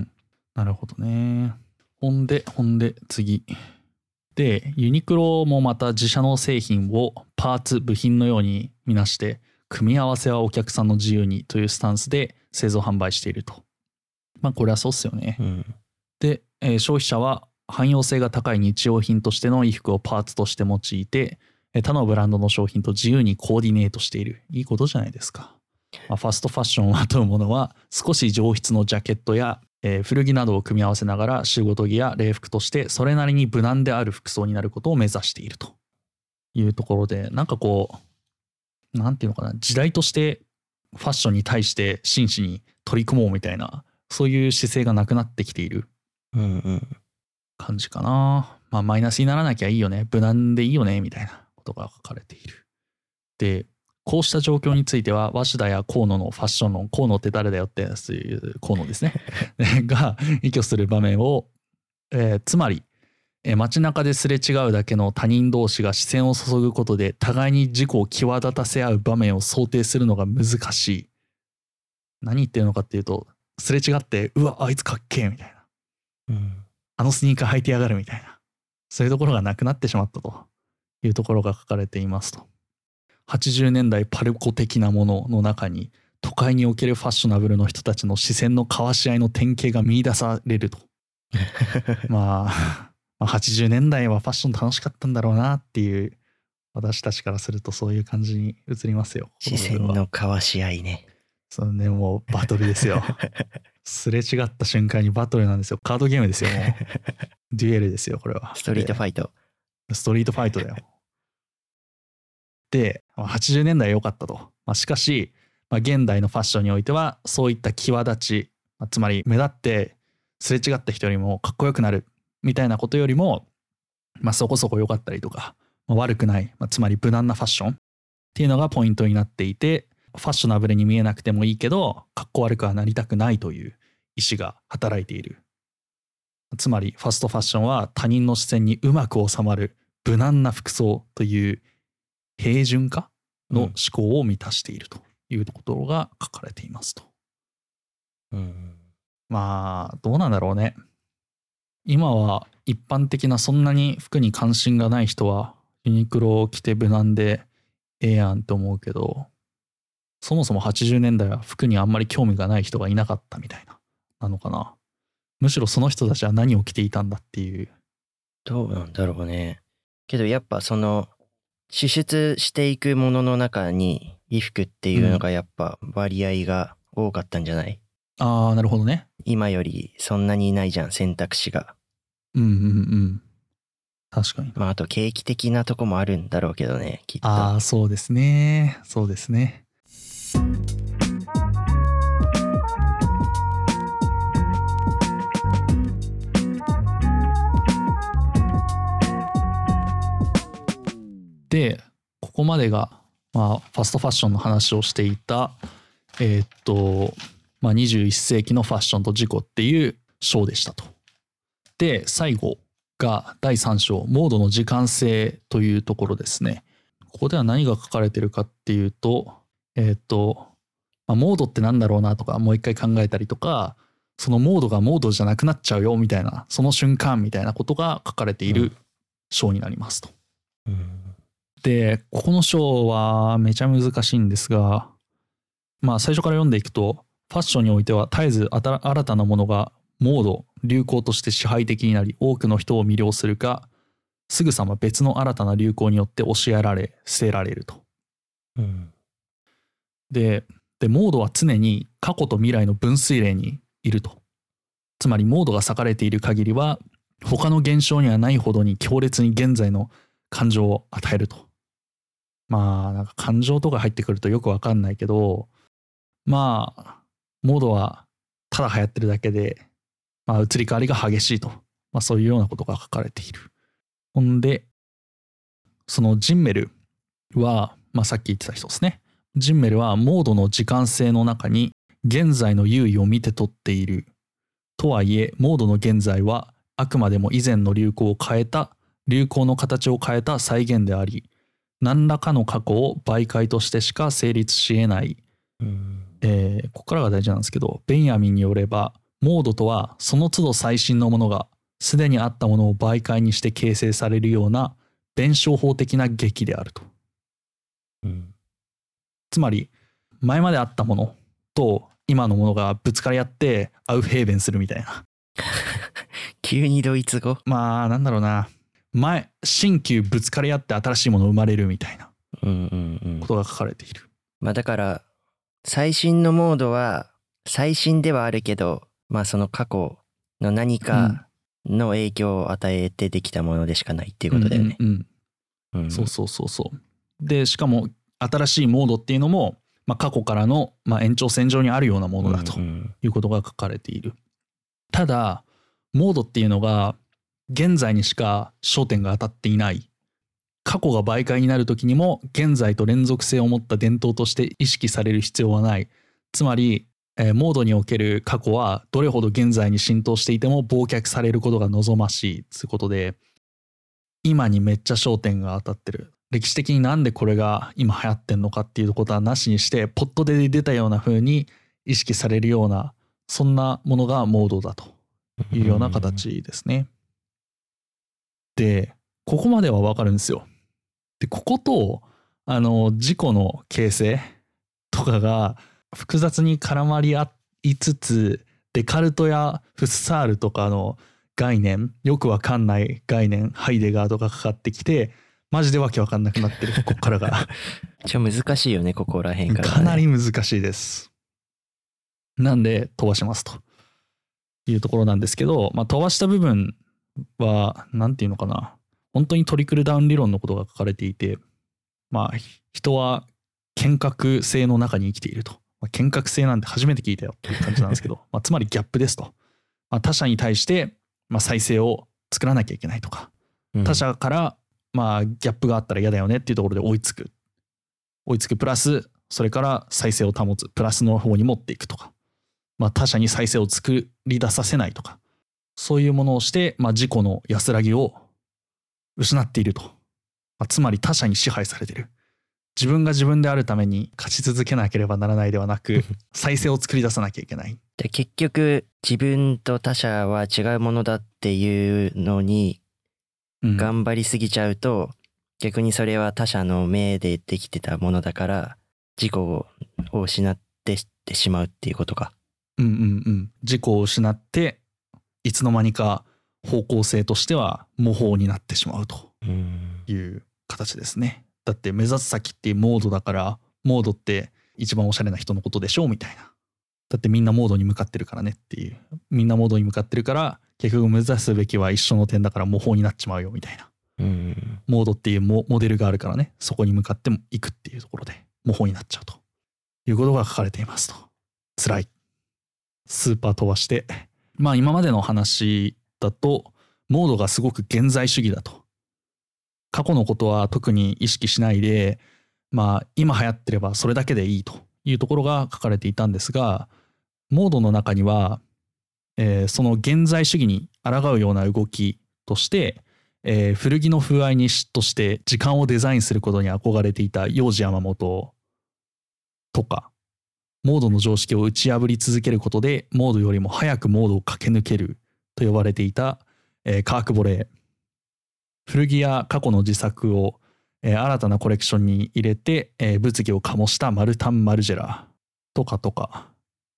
なるほどね。ほんでほんで次で、ユニクロもまた自社の製品をパーツ部品のように見なして、組み合わせはお客さんの自由にというスタンスで製造販売していると。まあこれはそうっすよね、うん、で、えー、消費者は汎用性が高い日用品としての衣服をパーツとして用いて、他のブランドの商品と自由にコーディネートしている。いいことじゃないですか。まあ、ファストファッションをまとうものは少し上質のジャケットや、えー、古着などを組み合わせながら仕事着や礼服としてそれなりに無難である服装になることを目指しているというところで、なんかこうなんていうのかな、時代としてファッションに対して真摯に取り組もうみたいな、そういう姿勢がなくなってきている感じかな、うんうん、まあマイナスにならなきゃいいよね、無難でいいよねみたいなことが書かれている。で、こうした状況については鷲田や河野のファッション論、河野って誰だよっていう河野ですねが依拠する場面を、えー、つまり、えー、街中ですれ違うだけの他人同士が視線を注ぐことで互いに自己を際立たせ合う場面を想定するのが難しい。何言ってるのかっていうと、すれ違ってうわあいつかっけえみたいな、うん、あのスニーカー履いてやがるみたいな、そういうところがなくなってしまったというところが書かれていますと。はちじゅうねんだいパルコ的なものの中に都会におけるファッショナブルの人たちの視線の交わし合いの典型が見出されるとまあはちじゅうねんだいはファッション楽しかったんだろうなっていう、私たちからするとそういう感じに映りますよ。 視線の交わし合いね。 そうね、もうバトルですよすれ違った瞬間にバトルなんですよ。カードゲームですよ。もうデュエルですよこれは。 ストリートファイト。 ストリートファイトだよで、はちじゅうねんだいは良かったと。まあ、しかし、まあ、現代のファッションにおいてはそういった際立ち、まあ、つまり目立ってすれ違った人よりもかっこよくなるみたいなことよりも、まあ、そこそこ良かったりとか、まあ、悪くない、まあ、つまり無難なファッションっていうのがポイントになっていて、ファッショナブルに見えなくてもいいけどかっこ悪くはなりたくないという意思が働いている。つまりファストファッションは他人の視線にうまく収まる無難な服装という平準化の思考を満たしているというところが書かれていますと、うん、まあどうなんだろうね。今は一般的なそんなに服に関心がない人はユニクロを着て無難でええやんと思うけど、そもそもはちじゅうねんだいは服にあんまり興味がない人がいなかったみたいななのかな。むしろその人たちは何を着ていたんだっていう。 どうなんだろうね。けどやっぱその支出していくものの中に衣服っていうのがやっぱ割合が多かったんじゃない？ うん、ああなるほどね。 今よりそんなにないじゃん選択肢が。 うんうんうん。確かに。 まああと景気的なとこもあるんだろうけどね、きっと。 ああそうですね。そうですね。でここまでが、まあ、ファストファッションの話をしていたえー、っと、まあ、にじゅういっせいきのファッションと自己っていう章でしたと。で最後がだいさん章モードの時間性というところですね。ここでは何が書かれてるかっていうと、えー、っと、まあ、モードってなんだろうなとかもう一回考えたりとか、そのモードがモードじゃなくなっちゃうよみたいな、その瞬間みたいなことが書かれている章になりますと。うん、 でここの章はめちゃ難しいんですが、まあ最初から読んでいくと、ファッションにおいては絶えず新たなものがモード流行として支配的になり、多くの人を魅了するか、すぐさま別の新たな流行によって教えられ捨てられると。 うん、 ででモードは常に過去と未来の分水嶺にいると。つまりモードが裂かれている限りは他の現象にはないほどに強烈に現在の感情を与えると。まあなんか感情とか入ってくるとよくわかんないけど、まあモードはただ流行ってるだけで、まあ、移り変わりが激しいと、まあ、そういうようなことが書かれている。ほんでそのジンメルは、まあ、さっき言ってた人ですね。ジンメルはモードの時間性の中に現在の優位を見て取っている。とはいえモードの現在はあくまでも以前の流行を変えた流行の形を変えた再現であり、何らかの過去を媒介としてしか成立し得ない。 うんえー、ここからが大事なんですけど、ベンヤミンによればモードとはその都度最新のものがすでにあったものを媒介にして形成されるような弁証法的な劇であると。 うん、 つまり前まであったものと今のものがぶつかり合ってアウフヘーベンするみたいな。 急にドイツ語。 まあなんだろうな、前新旧ぶつかり合って新しいもの生まれるみたいなことが書かれている。 うんうんうん、まあだから最新のモードは最新ではあるけど、まあその過去の何かの影響を与えてできたものでしかないっていうことだよね。 うんうんうんうん、そうそうそうそう。でしかも新しいモードっていうのも、まあ、過去からの、まあ、延長線上にあるようなものだということが書かれている。うんうん、ただモードっていうのが現在にしか焦点が当たっていない。過去が媒介になる時にも現在と連続性を持った伝統として意識される必要はない。つまり、えー、モードにおける過去はどれほど現在に浸透していても忘却されることが望ましいということで、今にめっちゃ焦点が当たってる。歴史的になんでこれが今流行ってんのかっていうことはなしにして、ポットで出たような風に意識されるような、そんなものがモードだというような形ですね。でここまではわかるんですよ。でこことあの自己の形成とかが複雑に絡まり合いつつ、デカルトやフッサールとかの概念、よくわかんない概念、ハイデガーとかかかってきて、マジでわけわかんなくなってる。ここからがちょ難しいよね、ここら辺から、ね、 かなり難しいです。なんで飛ばしますというところなんですけど、まあ、飛ばした部分はなんていうのかな、本当にトリクルダウン理論のことが書かれていて、まあ人は権格性の中に生きていると、まあ、権格性なんて初めて聞いたよっていう感じなんですけどまあつまりギャップですと、まあ、他者に対してまあ再生を作らなきゃいけないとか、うん、他者からまあギャップがあったら嫌だよねっていうところで追いつく追いつくプラスそれから再生を保つプラスの方に持っていくとか、まあ、他者に再生を作り出させないとか、そういうものをして、まあ、自己の安らぎを失っていると、まあ、つまり他者に支配されている。自分が自分であるために勝ち続けなければならないではなく再生を作り出さなきゃいけない。 で結局自分と他者は違うものだっていうのに頑張りすぎちゃうと、うん、逆にそれは他者の命でできてたものだから自己を失ってってしまうっていうことか。 うんうんうん。自己を失っていつの間にか方向性としては模倣になってしまうという形ですね。だって目指す先っていうモードだから、モードって一番おしゃれな人のことでしょうみたいな。だってみんなモードに向かってるからねっていう。みんなモードに向かってるから結局目指すべきは一緒の点だから模倣になっちまうよみたいな。 うんモードっていう モ, モデルがあるからね、そこに向かっていくっていうところで模倣になっちゃうということが書かれていますと。辛い。スーパー飛ばして、まあ今までの話だとモードがすごく現在主義だと。過去のことは特に意識しないで、まあ今流行ってればそれだけでいいというところが書かれていたんですが、モードの中には、えー、その現在主義に抗うような動きとして、えー、古着の風合いに嫉妬して時間をデザインすることに憧れていた幼児山本とか、モードの常識を打ち破り続けることでモードよりも早くモードを駆け抜けると呼ばれていた、えー、カーク・ボレー。古着や過去の自作をえー、新たなコレクションに入れて、えー、物議を醸したマルタン・マルジェラとかとか、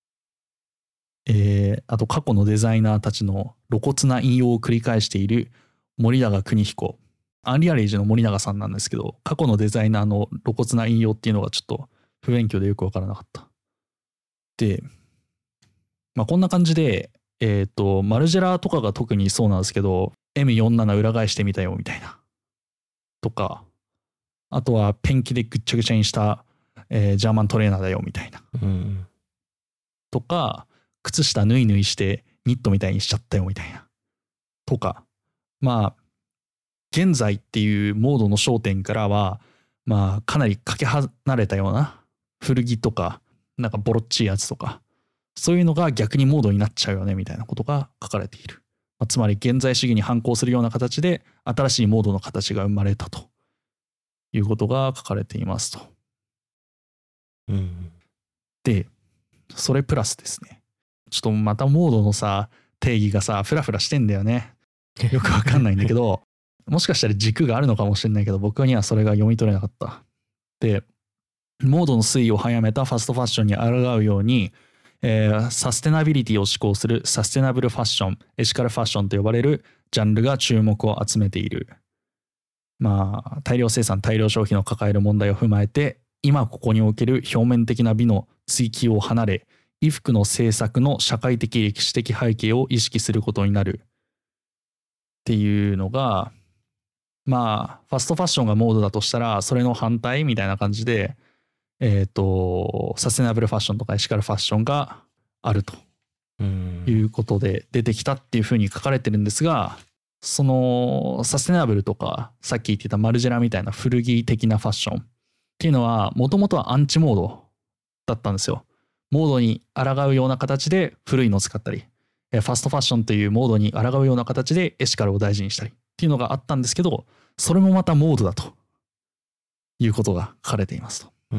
えー、あと過去のデザイナーたちの露骨な引用を繰り返している森永邦彦、アンリアルエイジの森永さんなんですけど、過去のデザイナーの露骨な引用っていうのがちょっと不勉強でよくわからなかった。で、まあこんな感じで、えっと、マルジェラとかが特にそうなんですけど、エムよんじゅうなな 裏返してみたよみたいな。とか、あとはペンキでぐっちゃぐちゃにした、えー、ジャーマントレーナーだよみたいな。 うん、 とか、靴下縫い縫いしてニットみたいにしちゃったよみたいな。とか、まあ、現在っていうモードの焦点からは、まあ、かなりかけ離れたような古着とか、なんかボロっちいやつとか、そういうのが逆にモードになっちゃうよねみたいなことが書かれている。まあ、つまり現在主義に反抗するような形で新しいモードの形が生まれたということが書かれていますと。 うん、 で、それプラスですね。ちょっとまたモードのさ、定義がさ、フラフラしてんだよね。よくわかんないんだけど、もしかしたら軸があるのかもしれないけど、僕にはそれが読み取れなかった。で、モードの推移を早めたファストファッションに抗うように、えー、サステナビリティを志向するサステナブルファッション、エシカルファッションと呼ばれるジャンルが注目を集めている。まあ、大量生産、大量消費の抱える問題を踏まえて、今ここにおける表面的な美の追求を離れ、衣服の制作の社会的歴史的背景を意識することになるっていうのが、まあファストファッションがモードだとしたらそれの反対みたいな感じで、えっとサステナブルファッションとかエシカルファッションがあるということで出てきたっていうふうに書かれてるんですが、そのサステナブルとかさっき言ってたマルジェラみたいな古着的なファッションっていうのはもともとはアンチモードだったんですよ。モードに抗うような形で古いのを使ったり、ファストファッションというモードに抗うような形でエシカルを大事にしたりっていうのがあったんですけど、それもまたモードだということが書かれていますと。 うん、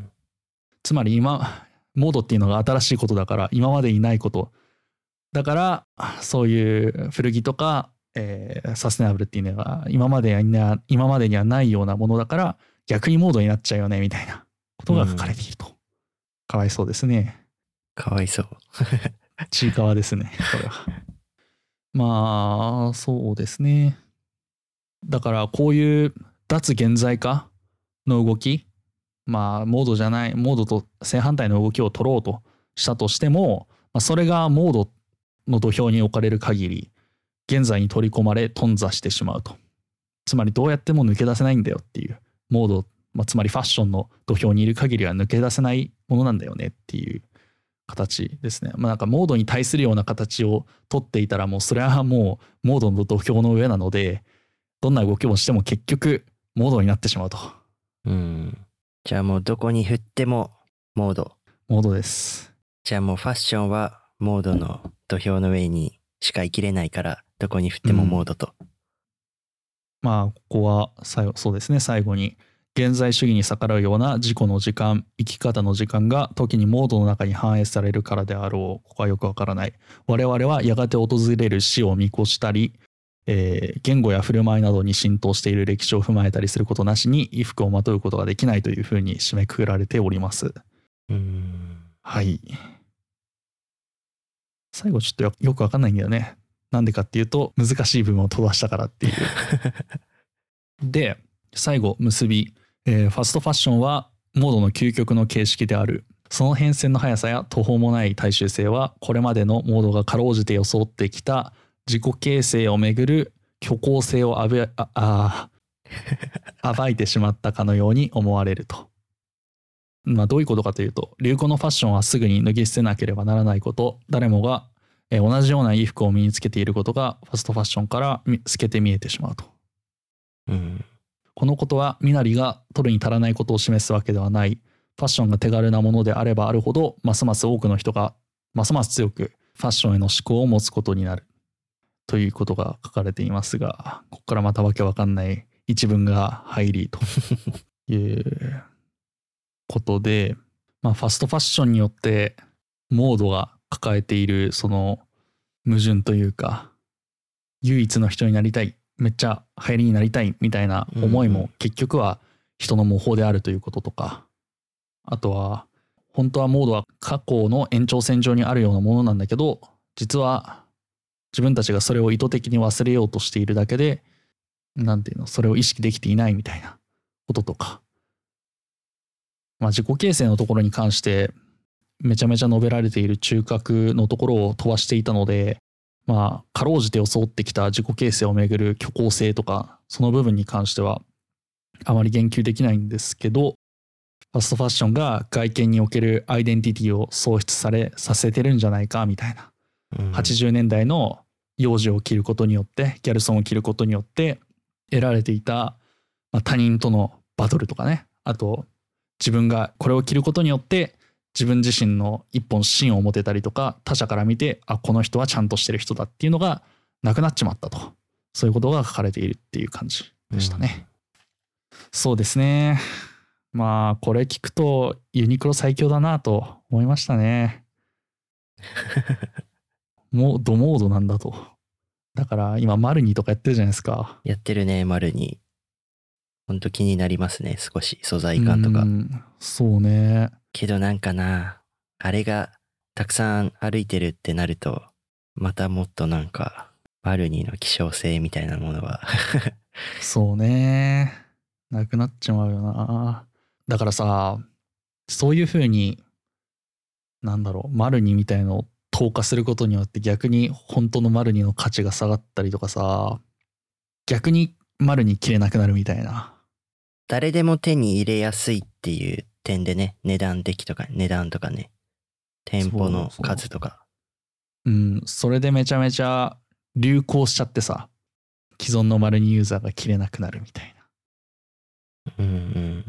つまり今モードっていうのが新しいことだから、今までにないことだから、そういう古着とか、えー、サステナブルっていうのが今までには今までにはないようなものだから逆にモードになっちゃうよねみたいなことが書かれていると。うん、かわいそうですね。 かわいそう。 ちいかわですね、これは。まあそうですね。だからこういう脱現在化の動き、まあモードじゃないモードと正反対の動きを取ろうとしたとしても、まあ、それがモードの土俵に置かれる限り現在に取り込まれ頓挫してしまうと。つまりどうやっても抜け出せないんだよっていう、モード、まあ、つまりファッションの土俵にいる限りは抜け出せないものなんだよねっていう形ですね。まあなんかモードに対するような形を取っていたらもうそれはもうモードの土俵の上なので、どんな動きをしても結局モードになってしまうと。 うん。じゃあもうどこに振ってもモード。 モードです。 じゃあもうファッションはモードの土俵の上にしか生きれないからどこに振ってもモードと。うん、 まあここは最後そうですね、最後に現在主義に逆らうような自己の時間、生き方の時間が時にモードの中に反映されるからであろう。ここはよくわからない。我々はやがて訪れる死を見越したり、えー、言語や振る舞いなどに浸透している歴史を踏まえたりすることなしに衣服をまとうことができないというふうに締めくくられております。 うーん、 はい。最後ちょっと よ, よくわかんないんだよね。なんでかっていうと難しい部分を飛ばしたからっていう。で、最後結び、えー、ファストファッションはモードの究極の形式である。その変遷の速さや途方もない大衆性はこれまでのモードがかろうじて装ってきた自己形成をめぐる虚構性をあぶああ暴いてしまったかのように思われると。まあどういうことかというと、流行のファッションはすぐに脱ぎ捨てなければならないこと、誰もが同じような衣服を身につけていることがファストファッションから透けて見えてしまうと。 うん、 このことは身なりが取るに足らないことを示すわけではない。ファッションが手軽なものであればあるほど、ますます多くの人がますます強くファッションへの思考を持つことになるということが書かれていますが、ここからまたわけわかんない一文が入りということで、まあ、ファストファッションによってモードが抱えているその矛盾というか、唯一の人になりたい、 めっちゃ流行りになりたいみたいな思いも結局は人の模倣であるということとか、あとは本当はモードは過去の延長線上にあるようなものなんだけど、実は自分たちがそれを意図的に忘れようとしているだけで、なんていうの、それを意識できていないみたいなこととか、まあ自己形成のところに関してめちゃめちゃ述べられている中核のところを飛ばしていたので、まあかろうじて装ってきた自己形成をめぐる虚構性とか、その部分に関してはあまり言及できないんですけど、ファストファッションが外見におけるアイデンティティを喪失されさせてるんじゃないかみたいな、うん、はちじゅうねんだいの幼児を着ることによって、ギャルソンを着ることによって得られていた、まあ、他人とのバトルとかね、あと自分がこれを着ることによって自分自身の一本芯を持てたりとか、他者から見て、あ、この人はちゃんとしてる人だっていうのがなくなっちまったと、そういうことが書かれているっていう感じでしたね、うん、そうですね。まあこれ聞くとユニクロ最強だなと思いましたねもうドモードなんだと。だから今マルニとかやってるじゃないですか。 やってるね、マルニ。ほんと気になりますね、少し素材感とか。うん、 そうね。 けどなんかな、あれがたくさん歩いてるってなると、またもっとなんかマルニの希少性みたいなものはそうね、なくなっちまうよな。だからさ、そういう風になんだろう、マルニみたいのを投下することによって逆に本当のマルニの価値が下がったりとかさ、逆にマルニ着れなくなるみたいな。 誰でも手に入れやすいっていう点でね、値段的とか値段とかね、店舗の数とか。 そうそう、うん、それでめちゃめちゃ流行しちゃってさ、既存のマルニユーザーが着れなくなるみたいな。うんうん。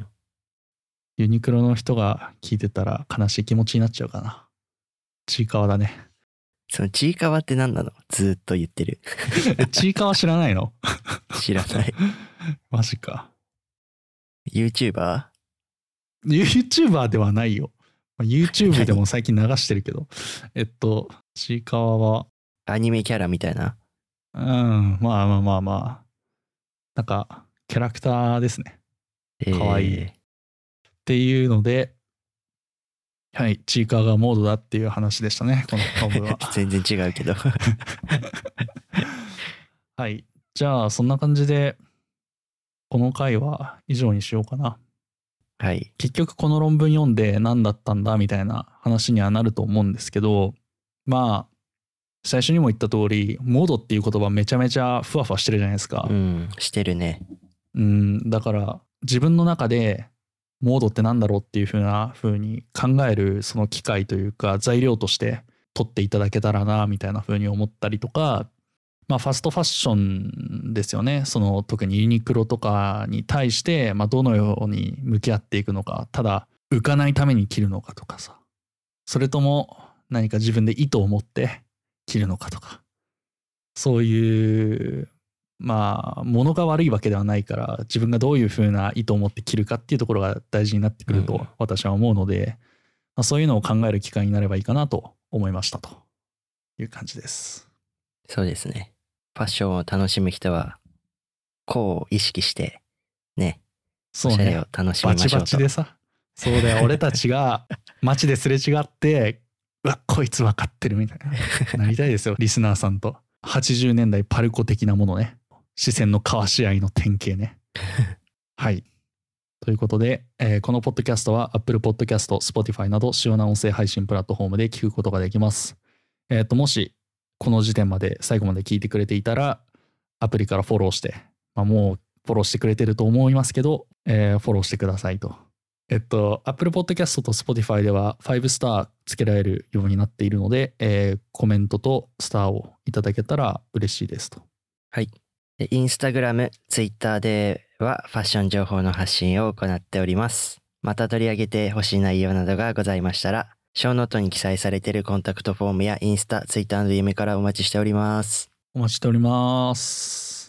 ユニクロの人が聞いてたら悲しい気持ちになっちゃうかな。ちいかわだね。 そのちいかわって何なの？ずっと言ってる。 ちいかわ知らないの？ 知らない。 マジか。 YouTuber？ YouTuber ではないよ。YouTube でも最近流してるけど。えっと、ちいかわは。 アニメキャラみたいな？ うん、まあまあまあまあ。なんか、キャラクターですね。かわいい。えーっていうので、はい、ちいかわがモードだっていう話でしたね、この本文は。 全然違うけど。 はい、じゃあそんな感じで、この回は以上にしようかな。 はい。 結局この論文読んで何だったんだみたいな話にはなると思うんですけど、まあ、最初にも言った通り、モードっていう言葉めちゃめちゃふわふわしてるじゃないですか。 うん、してるね。 うん、だから自分の中で、モードってなんだろうっていう風な風に考えるその機会というか材料として取っていただけたらなみたいな風に思ったりとか、まあファストファッションですよね。その特にユニクロとかに対してまあどのように向き合っていくのか、ただ浮かないために着るのかとかさ、それとも何か自分で意図を持って着るのかとか、そういうまあ物が悪いわけではないから、自分がどういう風な意図を持って着るかっていうところが大事になってくると私は思うので、まあ、そういうのを考える機会になればいいかなと思いましたという感じです。 そうですね。ファッションを楽しむ人はこうを意識してね、 そうね、 おしゃれを楽しみましょうと。 バチバチでさ、そうだよ、俺たちが街ですれ違ってうわこいつ分かってるみたいななりたいですよリスナーさんと。はちじゅうねんだいパルコ的なものね、視線の交わし合いの典型ね。はい。ということで、えー、このポッドキャストは Apple Podcast、Spotify など主要な音声配信プラットフォームで聞くことができます。えっと、もしこの時点まで最後まで聞いてくれていたら、アプリからフォローして、まあ、もうフォローしてくれてると思いますけど、えー、フォローしてくださいと。えっと、Apple Podcast と Spotify ではファイブスターつけられるようになっているので、えー、コメントとスターをいただけたら嬉しいですと。 はい。インスタグラム、ツイッターではファッション情報の発信を行っております。また取り上げてほしい内容などがございましたら、ショーノートに記載されているコンタクトフォームやインスタ、ツイッターの ディーエム からお待ちしております。 お待ちしております。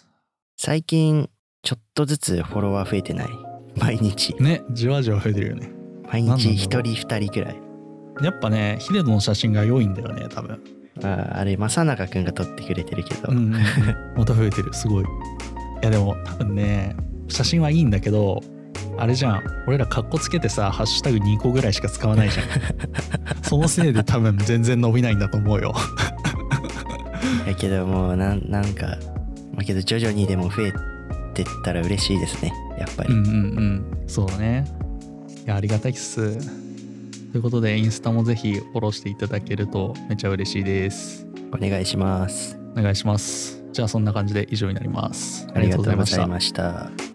最近ちょっとずつフォロワー増えてない？毎日ね、じわじわ増えてるよね。 毎日一人二人くらい。 やっぱね、ヒデトの写真が良いんだよね、多分。 ああ、あれ正中くんが撮ってくれてるけど、 うんうん、また増えてる、すごい。 いやでも多分ね写真はいいんだけどあれじゃん、俺らカッコつけてさハッシュタグにこぐらいしか使わないじゃんそのせいで多分全然伸びないんだと思うよやけどもうな ん, なんかまあけど徐々にでも増えてったら嬉しいですねやっぱり。 うんうんうんそうだね。いやありがたいっす。ということでインスタもぜひフォローしていただけるとめっちゃ嬉しいです。 お願いします。 お願いします。じゃあそんな感じで以上になります。 ありがとうございました。